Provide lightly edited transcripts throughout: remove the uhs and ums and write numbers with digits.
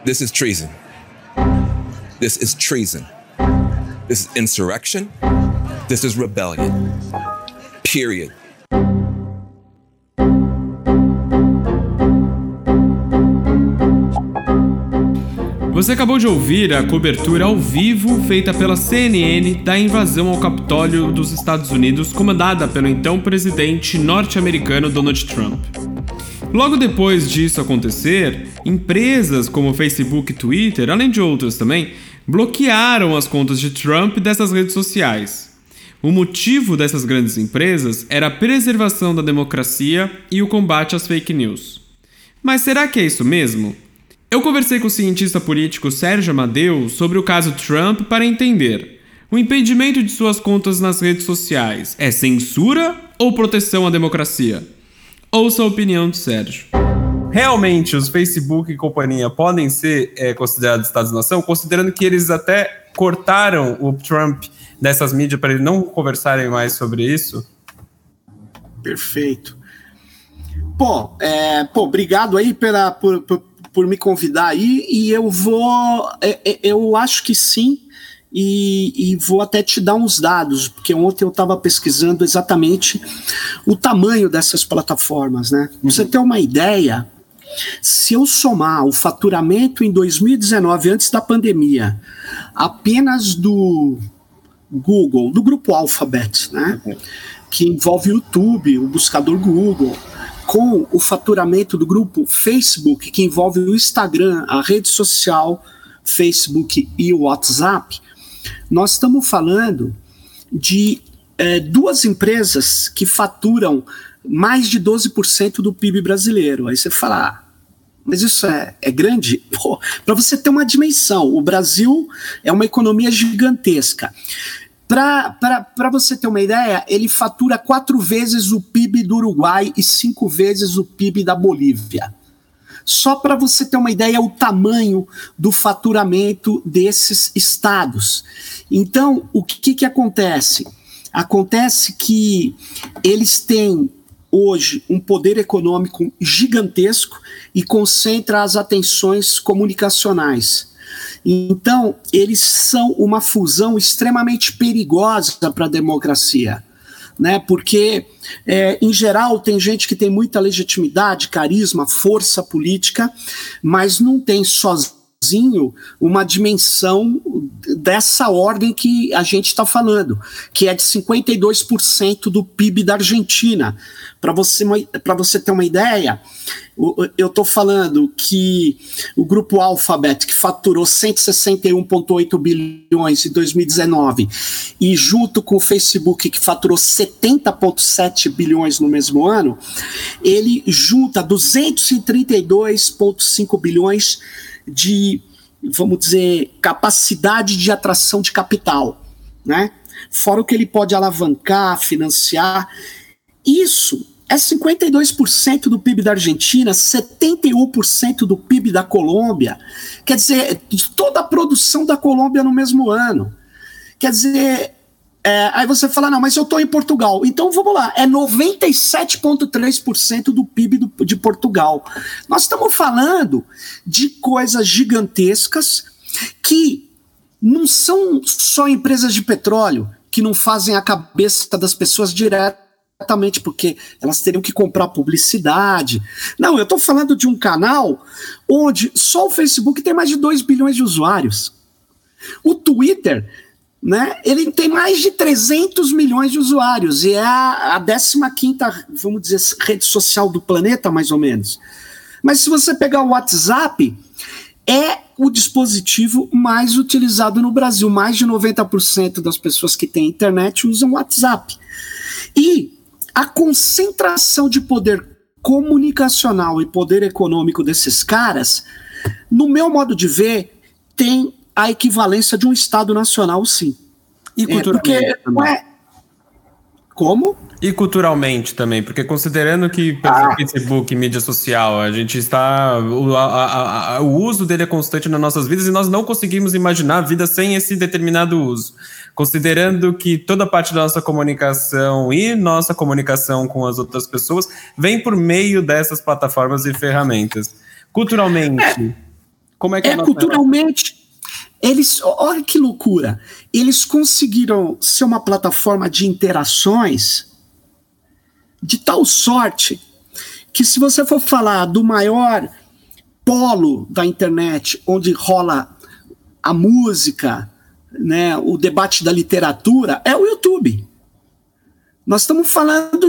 This is treason. This is treason. This is insurrection. This is rebellion. Period. Você acabou de ouvir a cobertura ao vivo feita pela CNN da invasão ao Capitólio dos Estados Unidos, comandada pelo então presidente norte-americano Donald Trump. Logo depois disso acontecer, empresas como Facebook e Twitter, além de outras também, bloquearam as contas de Trump dessas redes sociais. O motivo dessas grandes empresas era a preservação da democracia e o combate às fake news. Mas será que é isso mesmo? Eu conversei com o cientista político Sérgio Amadeu sobre o caso Trump para entender: o impedimento de suas contas nas redes sociais é censura ou proteção à democracia? Ouça a opinião de Sérgio. Realmente, os Facebook e companhia podem ser considerados Estados-nação, considerando que eles até cortaram o Trump dessas mídias para eles não conversarem mais sobre isso? Perfeito. Obrigado aí por me convidar aí, e eu acho que sim, e vou até te dar uns dados, porque ontem eu estava pesquisando exatamente o tamanho dessas plataformas, né? Pra você ter uma ideia, se eu somar o faturamento em 2019, antes da pandemia, apenas do Google, do grupo Alphabet, né? Que envolve o YouTube, o buscador Google, com o faturamento do grupo Facebook, que envolve o Instagram, a rede social Facebook e o WhatsApp, nós estamos falando de duas empresas que faturam mais de 12% do PIB brasileiro. Aí você fala, mas isso é grande? Para você ter uma dimensão, o Brasil é uma economia gigantesca. Para você ter uma ideia, ele fatura 4 vezes o PIB do Uruguai e 5 vezes o PIB da Bolívia. Só para você ter uma ideia, o tamanho do faturamento desses estados. Então, o que acontece? Acontece que eles têm hoje um poder econômico gigantesco e concentra as atenções comunicacionais. Então, eles são uma fusão extremamente perigosa para a democracia, né? Porque, em geral, tem gente que tem muita legitimidade, carisma, força política, mas não tem sozinho uma dimensão dessa ordem que a gente está falando, que é de 52% do PIB da Argentina. Para você ter uma ideia, eu estou falando que o grupo Alphabet, que faturou 161,8 bilhões em 2019, e junto com o Facebook, que faturou 70,7 bilhões no mesmo ano, ele junta 232,5 bilhões de, vamos dizer, capacidade de atração de capital, né? Fora o que ele pode alavancar, financiar. Isso é 52% do PIB da Argentina, 71% do PIB da Colômbia. Quer dizer, toda a produção da Colômbia no mesmo ano. Quer dizer, aí você fala, não, mas eu estou em Portugal. Então vamos lá, é 97,3% do PIB de Portugal. Nós estamos falando de coisas gigantescas que não são só empresas de petróleo que não fazem a cabeça das pessoas diretamente, porque elas teriam que comprar publicidade. Não, eu estou falando de um canal onde só o Facebook tem mais de 2 bilhões de usuários. O Twitter, né, ele tem mais de 300 milhões de usuários e é a 15ª, vamos dizer, rede social do planeta, mais ou menos. Mas se você pegar o WhatsApp, é o dispositivo mais utilizado no Brasil. Mais de 90% das pessoas que têm internet usam o WhatsApp. E a concentração de poder comunicacional e poder econômico desses caras, no meu modo de ver, tem a equivalência de um Estado nacional, sim. E culturalmente também. Como? E culturalmente também, porque considerando que pelo Facebook, mídia social, a gente está... O uso dele é constante nas nossas vidas e nós não conseguimos imaginar a vida sem esse determinado uso. Considerando que toda parte da nossa comunicação e nossa comunicação com as outras pessoas vem por meio dessas plataformas e ferramentas. Culturalmente, Como é que culturalmente, olha que loucura, eles conseguiram ser uma plataforma de interações de tal sorte que, se você for falar do maior polo da internet, onde rola a música, né, o debate da literatura, é o YouTube. Nós estamos falando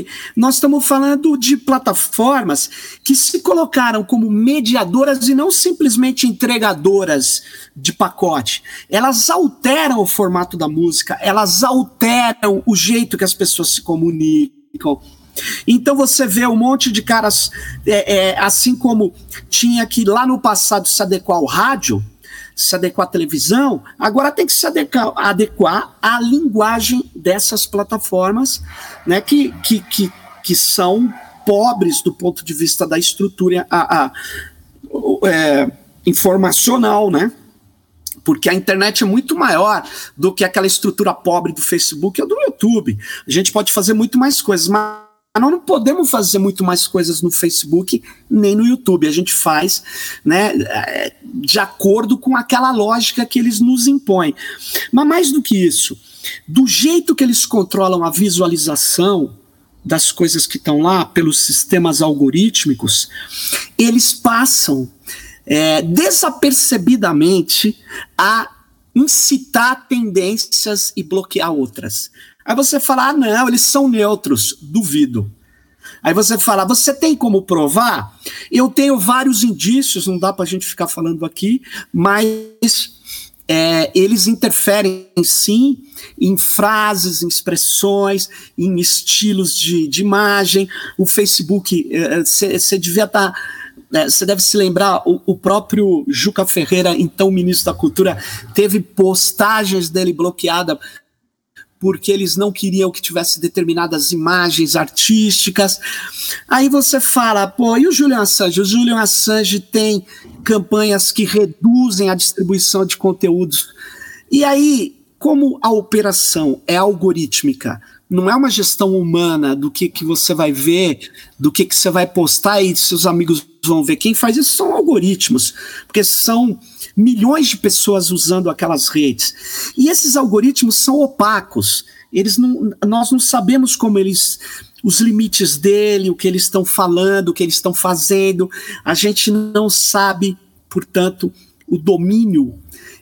de plataformas que se colocaram como mediadoras e não simplesmente entregadoras de pacote. Elas alteram o formato da música, elas alteram o jeito que as pessoas se comunicam. Então você vê um monte de caras, assim como tinha que lá no passado se adequar ao rádio, se adequar à televisão, agora tem que se adequar à linguagem dessas plataformas, né, que são pobres do ponto de vista da estrutura informacional, né? Porque a internet é muito maior do que aquela estrutura pobre do Facebook ou do YouTube. A gente pode fazer muito mais coisas, mas nós não podemos fazer muito mais coisas no Facebook nem no YouTube. A gente faz, né, de acordo com aquela lógica que eles nos impõem. Mas mais do que isso, do jeito que eles controlam a visualização das coisas que estão lá pelos sistemas algorítmicos, eles passam desapercebidamente a incitar tendências e bloquear outras. Aí você fala, não, eles são neutros, duvido. Aí você fala, você tem como provar? Eu tenho vários indícios, não dá para a gente ficar falando aqui, mas eles interferem sim em frases, em expressões, em estilos de imagem. O Facebook, você devia estar... Você deve se lembrar, o próprio Juca Ferreira, então ministro da Cultura, teve postagens dele bloqueadas porque eles não queriam que tivesse determinadas imagens artísticas. Aí você fala, pô, e o Julian Assange? O Julian Assange tem campanhas que reduzem a distribuição de conteúdos. E aí, como a operação é algorítmica, não é uma gestão humana do que você vai ver, do que você vai postar e seus amigos vão ver. Quem faz isso são algoritmos, porque são milhões de pessoas usando aquelas redes. E esses algoritmos são opacos. Nós não sabemos como os limites dele, o que eles estão falando, o que eles estão fazendo. A gente não sabe, portanto, o domínio,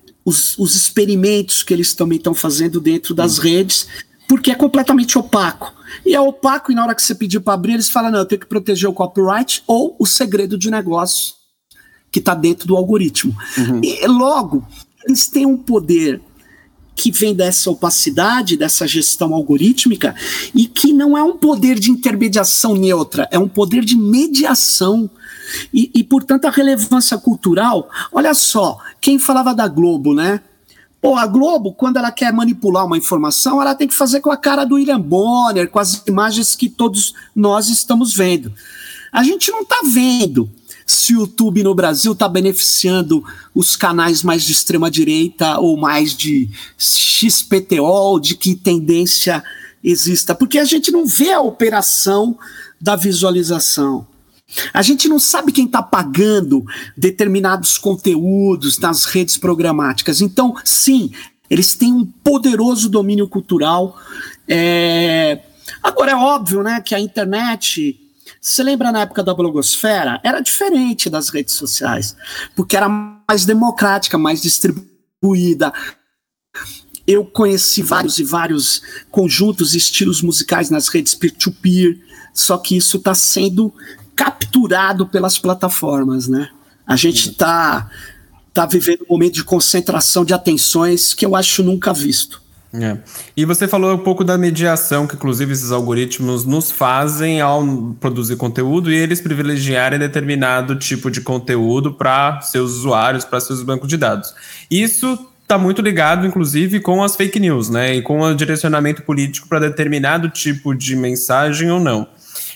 os experimentos que eles também estão fazendo dentro das redes, porque é completamente opaco. E é opaco, e na hora que você pedir para abrir, eles falam, não, eu tenho que proteger o copyright ou o segredo de negócio que está dentro do algoritmo. Uhum. E logo, eles têm um poder que vem dessa opacidade, dessa gestão algorítmica, e que não é um poder de intermediação neutra, é um poder de mediação. E portanto, a relevância cultural, olha só, quem falava da Globo, né? Pô, a Globo, quando ela quer manipular uma informação, ela tem que fazer com a cara do William Bonner, com as imagens que todos nós estamos vendo. A gente não está vendo se o YouTube no Brasil está beneficiando os canais mais de extrema-direita ou mais de XPTO, de que tendência exista, porque a gente não vê a operação da visualização. A gente não sabe quem está pagando determinados conteúdos nas redes programáticas. Então, sim, eles têm um poderoso domínio cultural. Agora, é óbvio, né, que a internet... Você lembra na época da blogosfera? Era diferente das redes sociais, porque era mais democrática, mais distribuída. Eu conheci vários conjuntos e estilos musicais nas redes peer-to-peer, só que isso está sendo capturado pelas plataformas, né? A gente está vivendo um momento de concentração de atenções que eu acho nunca visto. E você falou um pouco da mediação que inclusive esses algoritmos nos fazem ao produzir conteúdo e eles privilegiarem determinado tipo de conteúdo para seus usuários, para seus bancos de dados. Isso está muito ligado inclusive com as fake news, né? E com o direcionamento político para determinado tipo de mensagem ou não.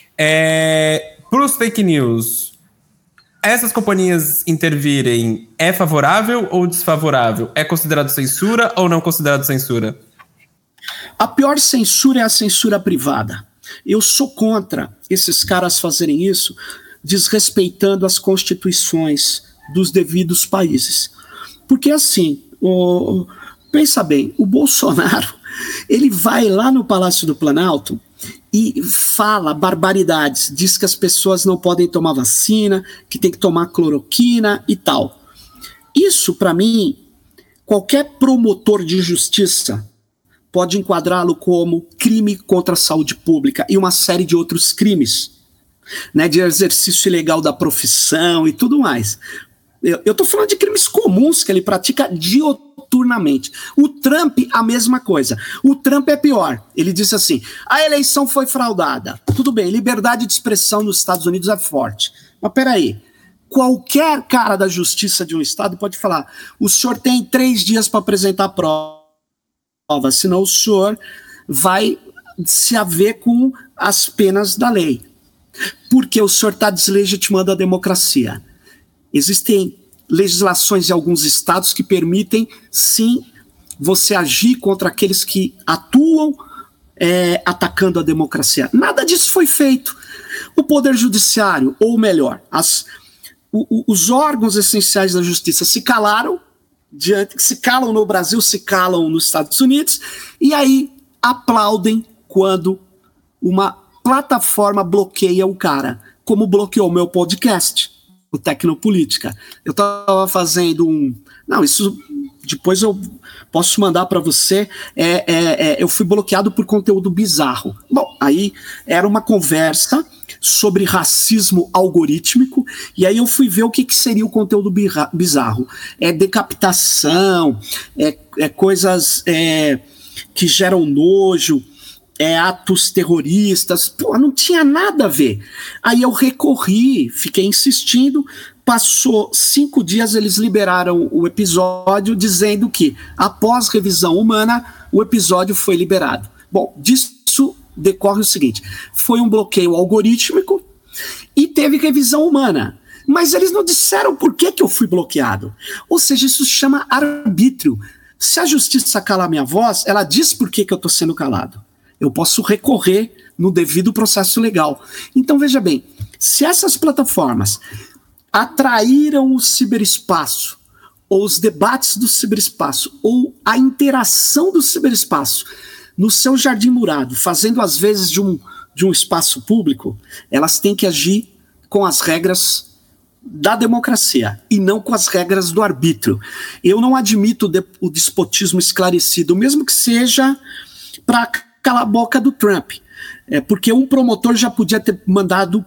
Para os fake news, essas companhias intervirem é favorável ou desfavorável? É considerado censura ou não considerado censura? A pior censura é a censura privada. Eu sou contra esses caras fazerem isso, desrespeitando as constituições dos devidos países. Porque assim, pensa bem, o Bolsonaro, ele vai lá no Palácio do Planalto e fala barbaridades, diz que as pessoas não podem tomar vacina, que tem que tomar cloroquina e tal. Isso, para mim, qualquer promotor de justiça pode enquadrá-lo como crime contra a saúde pública e uma série de outros crimes, né, de exercício ilegal da profissão e tudo mais. Eu estou falando de crimes comuns que ele pratica dioturnamente. O Trump, a mesma coisa. O Trump é pior. Ele disse assim, a eleição foi fraudada. Tudo bem, liberdade de expressão nos Estados Unidos é forte. Mas peraí, qualquer cara da justiça de um estado pode falar, o senhor tem 3 dias para apresentar a prova, senão o senhor vai se haver com as penas da lei. Porque o senhor está deslegitimando a democracia. Existem legislações em alguns estados que permitem, sim, você agir contra aqueles que atuam atacando a democracia. Nada disso foi feito. O Poder Judiciário, ou melhor, os órgãos essenciais da justiça se calaram, se calam no Brasil, se calam nos Estados Unidos, e aí aplaudem quando uma plataforma bloqueia o cara, como bloqueou o meu podcast, o Tecnopolítica. Eu estava fazendo isso depois eu posso mandar para você. Eu fui bloqueado por conteúdo bizarro. Bom, aí era uma conversa sobre racismo algorítmico, e aí eu fui ver o que seria o conteúdo bizarro. Decapitação, coisas que geram nojo, atos terroristas, não tinha nada a ver. Aí eu recorri, fiquei insistindo, passou 5 dias, eles liberaram o episódio, dizendo que, após revisão humana, o episódio foi liberado. Bom, disso decorre o seguinte, foi um bloqueio algorítmico e teve revisão humana, mas eles não disseram por que eu fui bloqueado. Ou seja, isso se chama arbítrio. Se a justiça calar minha voz, ela diz por que eu estou sendo calado. Eu posso recorrer no devido processo legal. Então, veja bem, se essas plataformas atraíram o ciberespaço, ou os debates do ciberespaço, ou a interação do ciberespaço no seu jardim murado, fazendo às vezes de um espaço público, elas têm que agir com as regras da democracia e não com as regras do arbítrio. Eu não admito o despotismo esclarecido, mesmo que seja para calar a boca do Trump, porque um promotor já podia ter mandado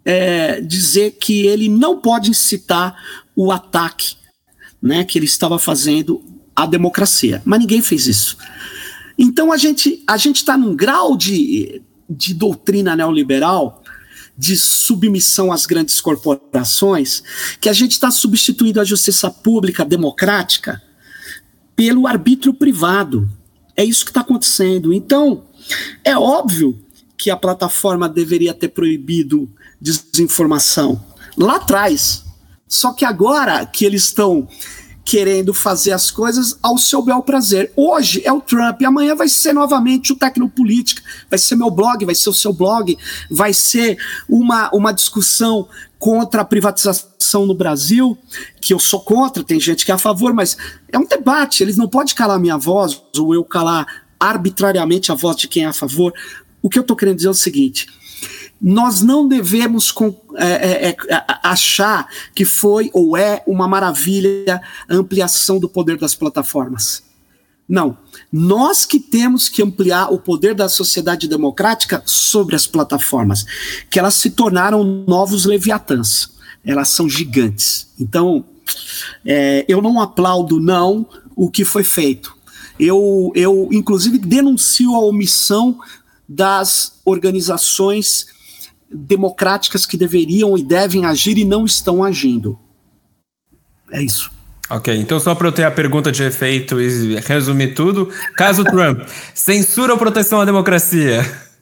dizer que ele não pode incitar o ataque, né, que ele estava fazendo à democracia, mas ninguém fez isso. Então a gente está num grau de doutrina neoliberal, de submissão às grandes corporações, que a gente está substituindo a justiça pública democrática pelo arbítrio privado. É isso que está acontecendo. Então, é óbvio que a plataforma deveria ter proibido desinformação lá atrás. Só que agora que eles estão querendo fazer as coisas ao seu bel prazer. Hoje é o Trump, amanhã vai ser novamente o Tecnopolítica, vai ser meu blog, vai ser o seu blog, vai ser uma discussão contra a privatização no Brasil, que eu sou contra, tem gente que é a favor, mas é um debate, eles não podem calar minha voz, ou eu calar arbitrariamente a voz de quem é a favor. O que eu estou querendo dizer é o seguinte: nós não devemos achar que foi ou é uma maravilha a ampliação do poder das plataformas. Não. Nós que temos que ampliar o poder da sociedade democrática sobre as plataformas, que elas se tornaram novos leviatãs. Elas são gigantes. Então, eu não aplaudo, não, o que foi feito. Eu inclusive, denuncio a omissão das organizações democráticas que deveriam e devem agir e não estão agindo. É isso. Ok, então só para eu ter a pergunta de efeito e resumir tudo, caso Trump, censura ou proteção à democracia?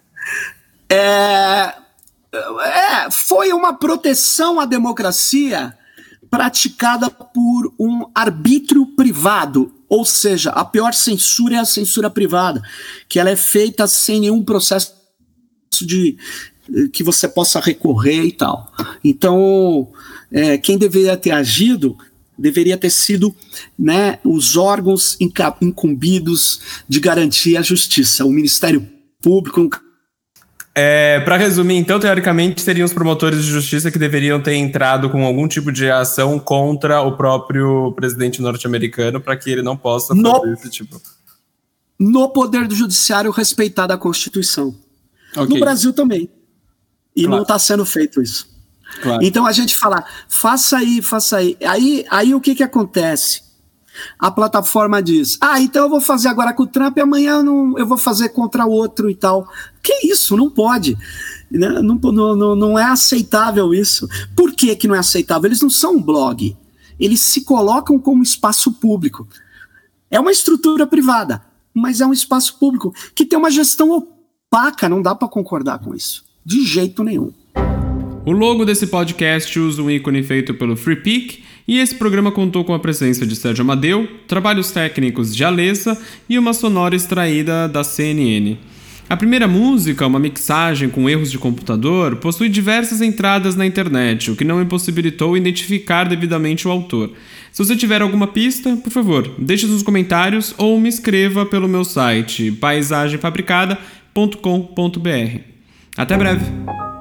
Foi uma proteção à democracia praticada por um arbítrio privado, ou seja, a pior censura é a censura privada, que ela é feita sem nenhum processo que você possa recorrer e tal. Então, quem deveria ter agido deveria ter sido, né, os órgãos incumbidos de garantir a justiça, o Ministério Público. Para resumir, então, teoricamente, seriam os promotores de justiça que deveriam ter entrado com algum tipo de ação contra o próprio presidente norte-americano para que ele não possa fazer esse tipo. No poder do judiciário respeitar a Constituição. Okay. No Brasil também. E claro. não está sendo feito isso. Claro. Então a gente fala, faça aí. Aí o que acontece? A plataforma diz, então eu vou fazer agora com o Trump e amanhã eu vou fazer contra outro e tal. Que isso? Não pode. Não é aceitável isso. Por que não é aceitável? Eles não são um blog. Eles se colocam como espaço público. É uma estrutura privada, mas é um espaço público que tem uma gestão opaca. Não dá para concordar com isso. De jeito nenhum. O logo desse podcast usa um ícone feito pelo FreePic e esse programa contou com a presença de Sérgio Amadeu, trabalhos técnicos de Alessa e uma sonora extraída da CNN. A primeira música, uma mixagem com erros de computador, possui diversas entradas na internet, o que não impossibilitou identificar devidamente o autor. Se você tiver alguma pista, por favor, deixe nos comentários ou me escreva pelo meu site paisagemfabricada.com.br. Até breve!